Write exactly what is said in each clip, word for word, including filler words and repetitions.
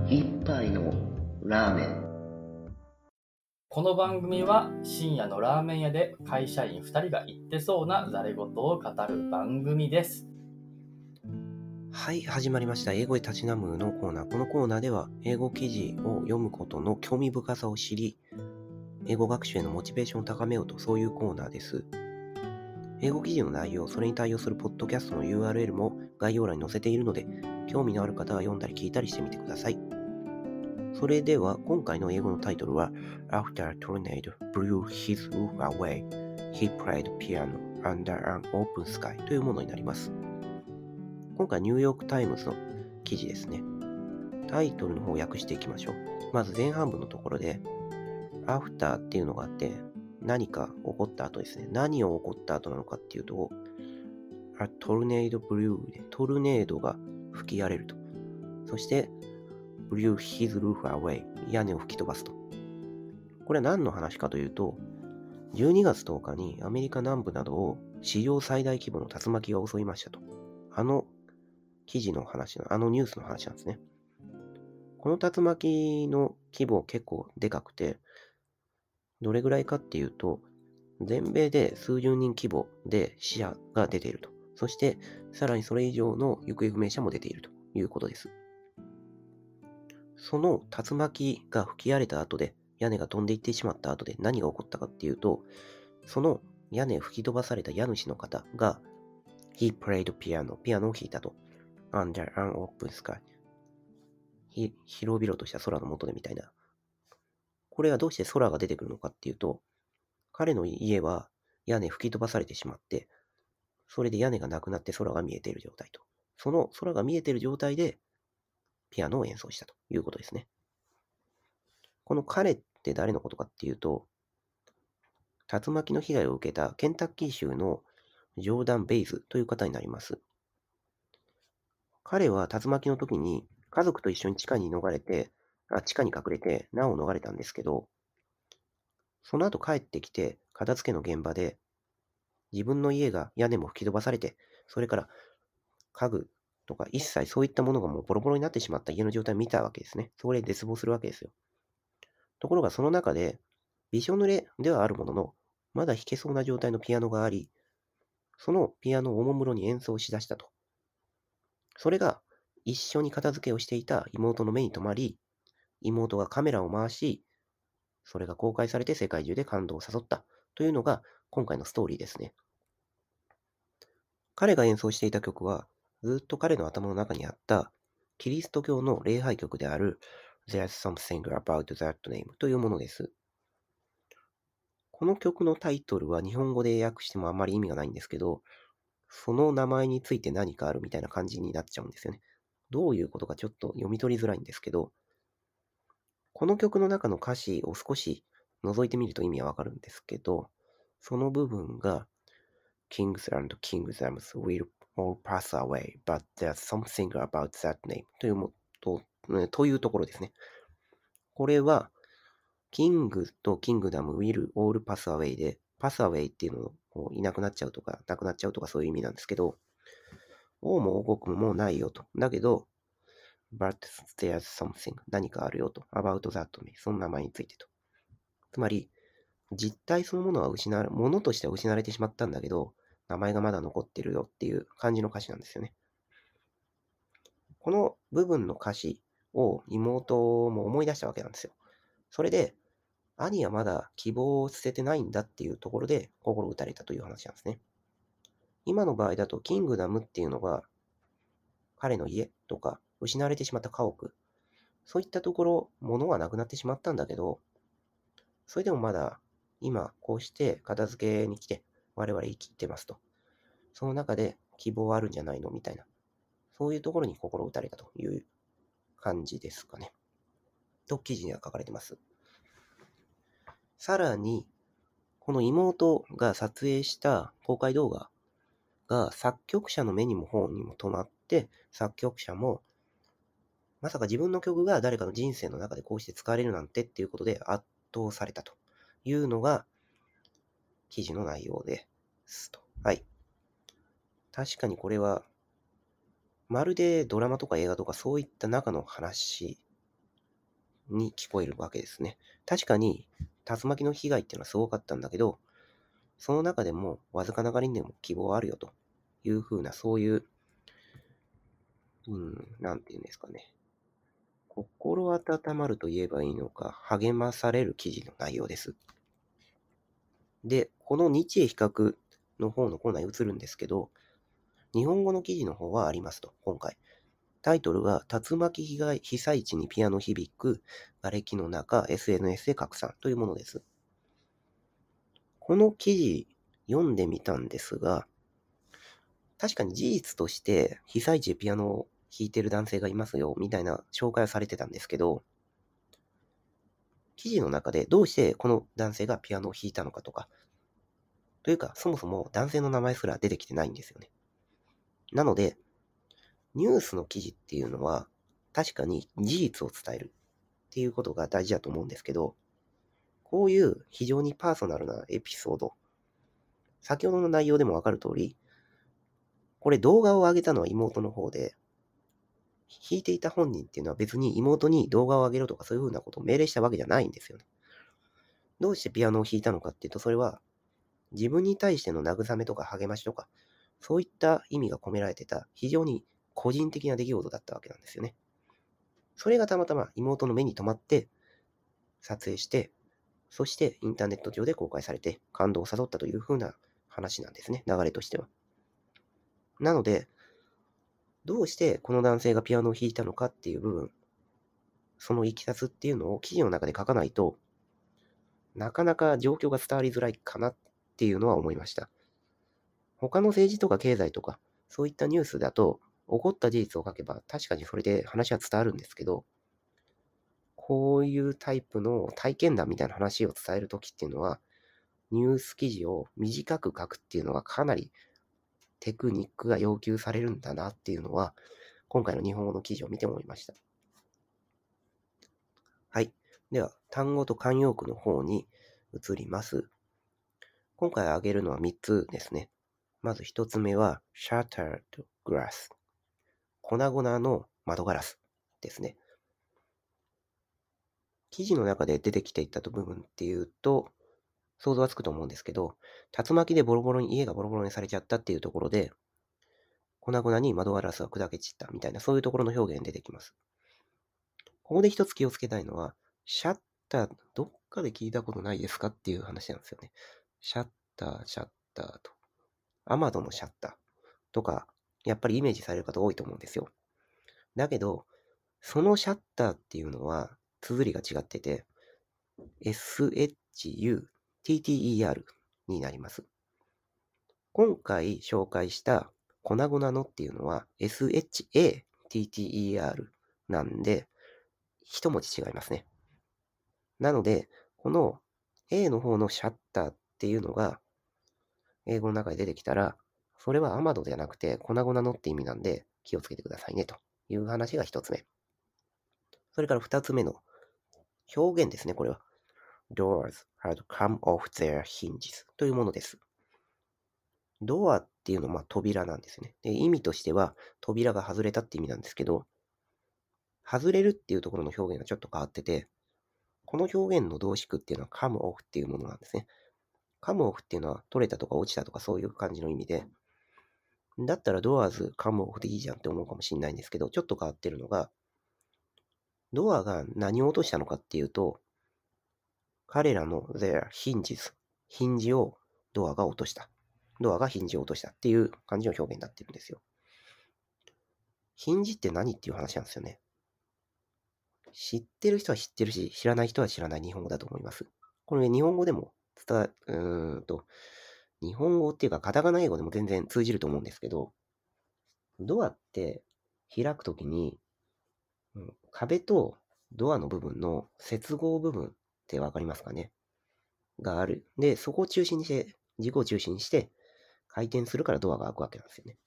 一杯のラーメン。 この番組は深夜のラーメン屋で会社員ふたりが言ってそうなざれ言を語る番組です。 はい、始まりました。英語へたしなむのコーナー。このコーナーでは英語記事を読むことの興味深さを知り、英語学習へのモチベーションを高めようと、そういうコーナーです。英語記事の内容、それに対応するポッドキャストの ユーアールエル も概要欄に載せているので、興味のある方は読んだり聞いたりしてみてください。それでは今回の英語のタイトルは After a tornado blew his roof away, he played piano under an open sky というものになります。今回ニューヨークタイムズの記事ですね。タイトルの方を訳していきましょう。まず前半部のところで After っていうのがあって、何か起こった後ですね。何を起こった後なのかっていうと、A tornado blew でトルネードが吹き荒れると。そしてblew his roof away 屋根を吹き飛ばすと。これは何の話かというと、じゅうにがつとおかにアメリカ南部などを史上最大規模の竜巻が襲いましたと。あの記事の話の、あのニュースの話なんですね。この竜巻の規模結構でかくて、どれぐらいかっていうと、全米で数十人規模で死者が出ていると。そして、さらにそれ以上の行方不明者も出ているということです。その竜巻が吹き荒れた後で、屋根が飛んでいってしまった後で何が起こったかっていうと、その屋根吹き飛ばされた家主の方が、He played piano, ピアノを弾いたと。Under an open sky. ひ広々とした空の下でみたいな。これはどうして空が出てくるのかっていうと、彼の家は屋根吹き飛ばされてしまって、それで屋根がなくなって空が見えている状態と。その空が見えている状態でピアノを演奏したということですね。この彼って誰のことかっていうと、竜巻の被害を受けたケンタッキー州のジョーダン・ベイズという方になります。彼は竜巻の時に家族と一緒に地下に逃れて、あ地下に隠れて難を逃れたんですけど、その後帰ってきて片付けの現場で自分の家が屋根も吹き飛ばされて、それから家具とか一切そういったものがもうボロボロになってしまった家の状態を見たわけですね。そこで絶望するわけですよ。ところがその中でびしょ濡れではあるものの、まだ弾けそうな状態のピアノがあり、そのピアノをおもむろに演奏しだしたと。それが一緒に片付けをしていた妹の目に留まり、妹がカメラを回し、それが公開されて世界中で感動を誘ったというのが今回のストーリーですね。彼が演奏していた曲は、ずっと彼の頭の中にあったキリスト教の礼拝曲である There's Something About That Name というものです。この曲のタイトルは日本語で訳してもあんまり意味がないんですけど、その名前について何かあるみたいな感じになっちゃうんですよね。どういうことかちょっと読み取りづらいんですけど、この曲の中の歌詞を少し覗いてみると意味はわかるんですけど、その部分が Kings and kingdoms will all pass away, but there's something about that name というもと、というところですね。これはキングとキングダム will all pass away で、pass away っていうのをいなくなっちゃうとか、なくなっちゃうとかそういう意味なんですけど、王も王国ももうないよと。だけど、but there's something 何かあるよと。about that ね。その名前についてと。つまり、実体そのものは失われ、ものとしては失われてしまったんだけど、名前がまだ残ってるよっていう感じの歌詞なんですよね。この部分の歌詞を妹も思い出したわけなんですよ。それで、兄はまだ希望を捨ててないんだっていうところで心打たれたという話なんですね。今の場合だと、キングダムっていうのが、彼の家とか、失われてしまった家屋、そういったところ、物はなくなってしまったんだけど、それでもまだ、今、こうして片付けに来て、我々生きてますと。その中で希望はあるんじゃないのみたいな。そういうところに心打たれたという感じですかね。と、記事には書かれてます。さらに、この妹が撮影した公開動画が作曲者の目にも方にも止まって、作曲者も、まさか自分の曲が誰かの人生の中でこうして使われるなんてっていうことで圧倒されたというのが記事の内容ですと。はい。確かにこれは、まるでドラマとか映画とかそういった中の話に聞こえるわけですね。確かに竜巻の被害っていうのはすごかったんだけど、その中でもわずかながらにでも希望はあるよというふうな、そういう、うん、なんていうんですかね。心温まると言えばいいのか、励まされる記事の内容です。で、この日英比較の方のコーナーに移るんですけど、日本語の記事の方はありますと、今回。タイトルが、竜巻被害被災地にピアノ響く、瓦礫の中、エスエヌエス で拡散というものです。この記事読んでみたんですが、確かに事実として被災地でピアノを弾いてる男性がいますよ、みたいな紹介をされてたんですけど、記事の中でどうしてこの男性がピアノを弾いたのかとか、というか、そもそも男性の名前すら出てきてないんですよね。なので、ニュースの記事っていうのは、確かに事実を伝えるっていうことが大事だと思うんですけど、こういう非常にパーソナルなエピソード、先ほどの内容でもわかる通り、これ動画を上げたのは妹の方で、弾いていた本人っていうのは別に妹に動画を上げろとかそういうふうなことを命令したわけじゃないんですよね。どうしてピアノを弾いたのかっていうと、それは自分に対しての慰めとか励ましとか、そういった意味が込められてた非常に個人的な出来事だったわけなんですよね。それがたまたま妹の目に留まって撮影して、そしてインターネット上で公開されて感動を誘ったというふうな話なんですね、流れとしては。なので、どうしてこの男性がピアノを弾いたのかっていう部分、そのいきさつっていうのを記事の中で書かないと、なかなか状況が伝わりづらいかなっていうのは思いました。他の政治とか経済とか、そういったニュースだと、起こった事実を書けば確かにそれで話は伝わるんですけど、こういうタイプの体験談みたいな話を伝えるときっていうのは、ニュース記事を短く書くっていうのはかなりテクニックが要求されるんだなっていうのは、今回の日本語の記事を見て思いました。はい。では、単語と慣用句の方に移ります。今回挙げるのはみっつですね。まずひとつめは shattered glass。粉々の窓ガラスですね。記事の中で出てきていった部分っていうと、想像はつくと思うんですけど、竜巻でボロボロに、家がボロボロにされちゃったっていうところで、粉々に窓ガラスが砕け散ったみたいな、そういうところの表現出てきます。ここで一つ気をつけたいのは、シャッター、どっかで聞いたことないですかっていう話なんですよね。シャッター、シャッターと。アマゾンのシャッターとか、やっぱりイメージされる方多いと思うんですよ。だけど、そのシャッターっていうのは、綴りが違ってて、エスエイチユーティーティーイーアール になります。今回紹介した粉々のっていうのは エスエイチエーティーティーイーアール なんで、一文字違いますね。なので、この A の方のシャッターっていうのが英語の中で出てきたら、それはアマドじゃなくて粉々のって意味なんで気をつけてくださいねという話が一つ目。それから二つ目の表現ですね、これは。Doors had come off their hinges というものです。ドアっていうのはまあ扉なんですね。で、意味としては扉が外れたって意味なんですけど、外れるっていうところの表現がちょっと変わってて、この表現の動詞句っていうのは come off っていうものなんですね。come off っていうのは取れたとか落ちたとかそういう感じの意味で、だったら doors come off でいいじゃんって思うかもしれないんですけど、ちょっと変わってるのが、ドアが何を落としたのかっていうと、彼らの their hinges、ヒンジをドアが落とした。ドアがヒンジを落としたっていう感じの表現になってるんですよ。ヒンジって何っていう話なんですよね。知ってる人は知ってるし、知らない人は知らない日本語だと思います。これ、ね、日本語でも伝わ、うーんと、日本語っていうかカタカナ英語でも全然通じると思うんですけど、ドアって開くときに、うん、壁とドアの部分の接合部分ってわかりますかねがある。で、そこを中心にして、軸を中心にして回転するからドアが開くわけなんですよね。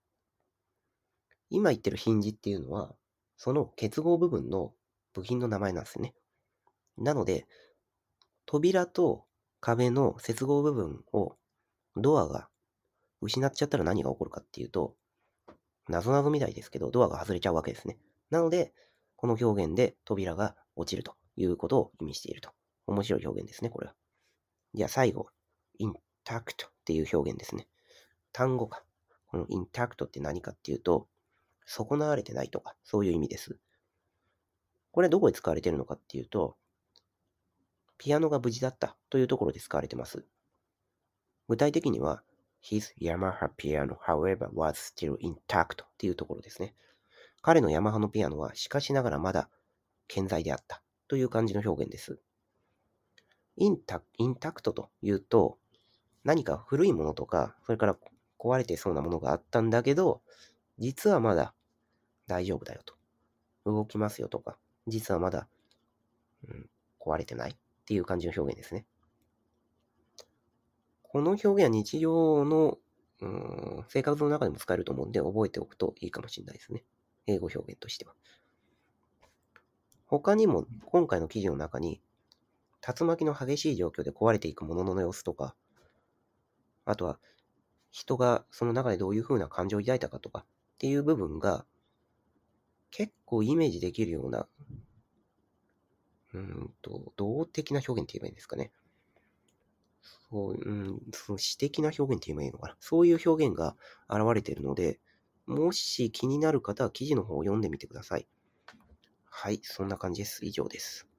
今言ってるヒンジっていうのは、その結合部分の部品の名前なんですよね。なので、扉と壁の接合部分をドアが失っちゃったら何が起こるかっていうと、謎々みたいですけど、ドアが外れちゃうわけですね。なので、この表現で扉が落ちるということを意味していると。面白い表現ですね、これは。じゃあ最後、intact っていう表現ですね。単語か。この intact って何かっていうと、損なわれてないとか、そういう意味です。これはどこで使われているのかっていうと、ピアノが無事だったというところで使われています。具体的には、His Yamaha piano, however, was still intact っていうところですね。彼のヤマハのピアノは、しかしながらまだ健在であったという感じの表現です。インタ、インタクトというと、何か古いものとか、それから壊れてそうなものがあったんだけど、実はまだ大丈夫だよと。動きますよとか、実はまだ、うん、壊れてないっていう感じの表現ですね。この表現は日常の、うん、生活の中でも使えると思うんで、覚えておくといいかもしれないですね。英語表現としては。他にも、今回の記事の中に、竜巻の激しい状況で壊れていくものの様子とか、あとは、人がその中でどういう風な感情を抱いたかとかっていう部分が、結構イメージできるような、うーんと、動的な表現って言えばいいんですかね。そう、うん、その詩的な表現って言えばいいのかな。そういう表現が現れているので、もし気になる方は記事の方を読んでみてください。はい、そんな感じです。以上です。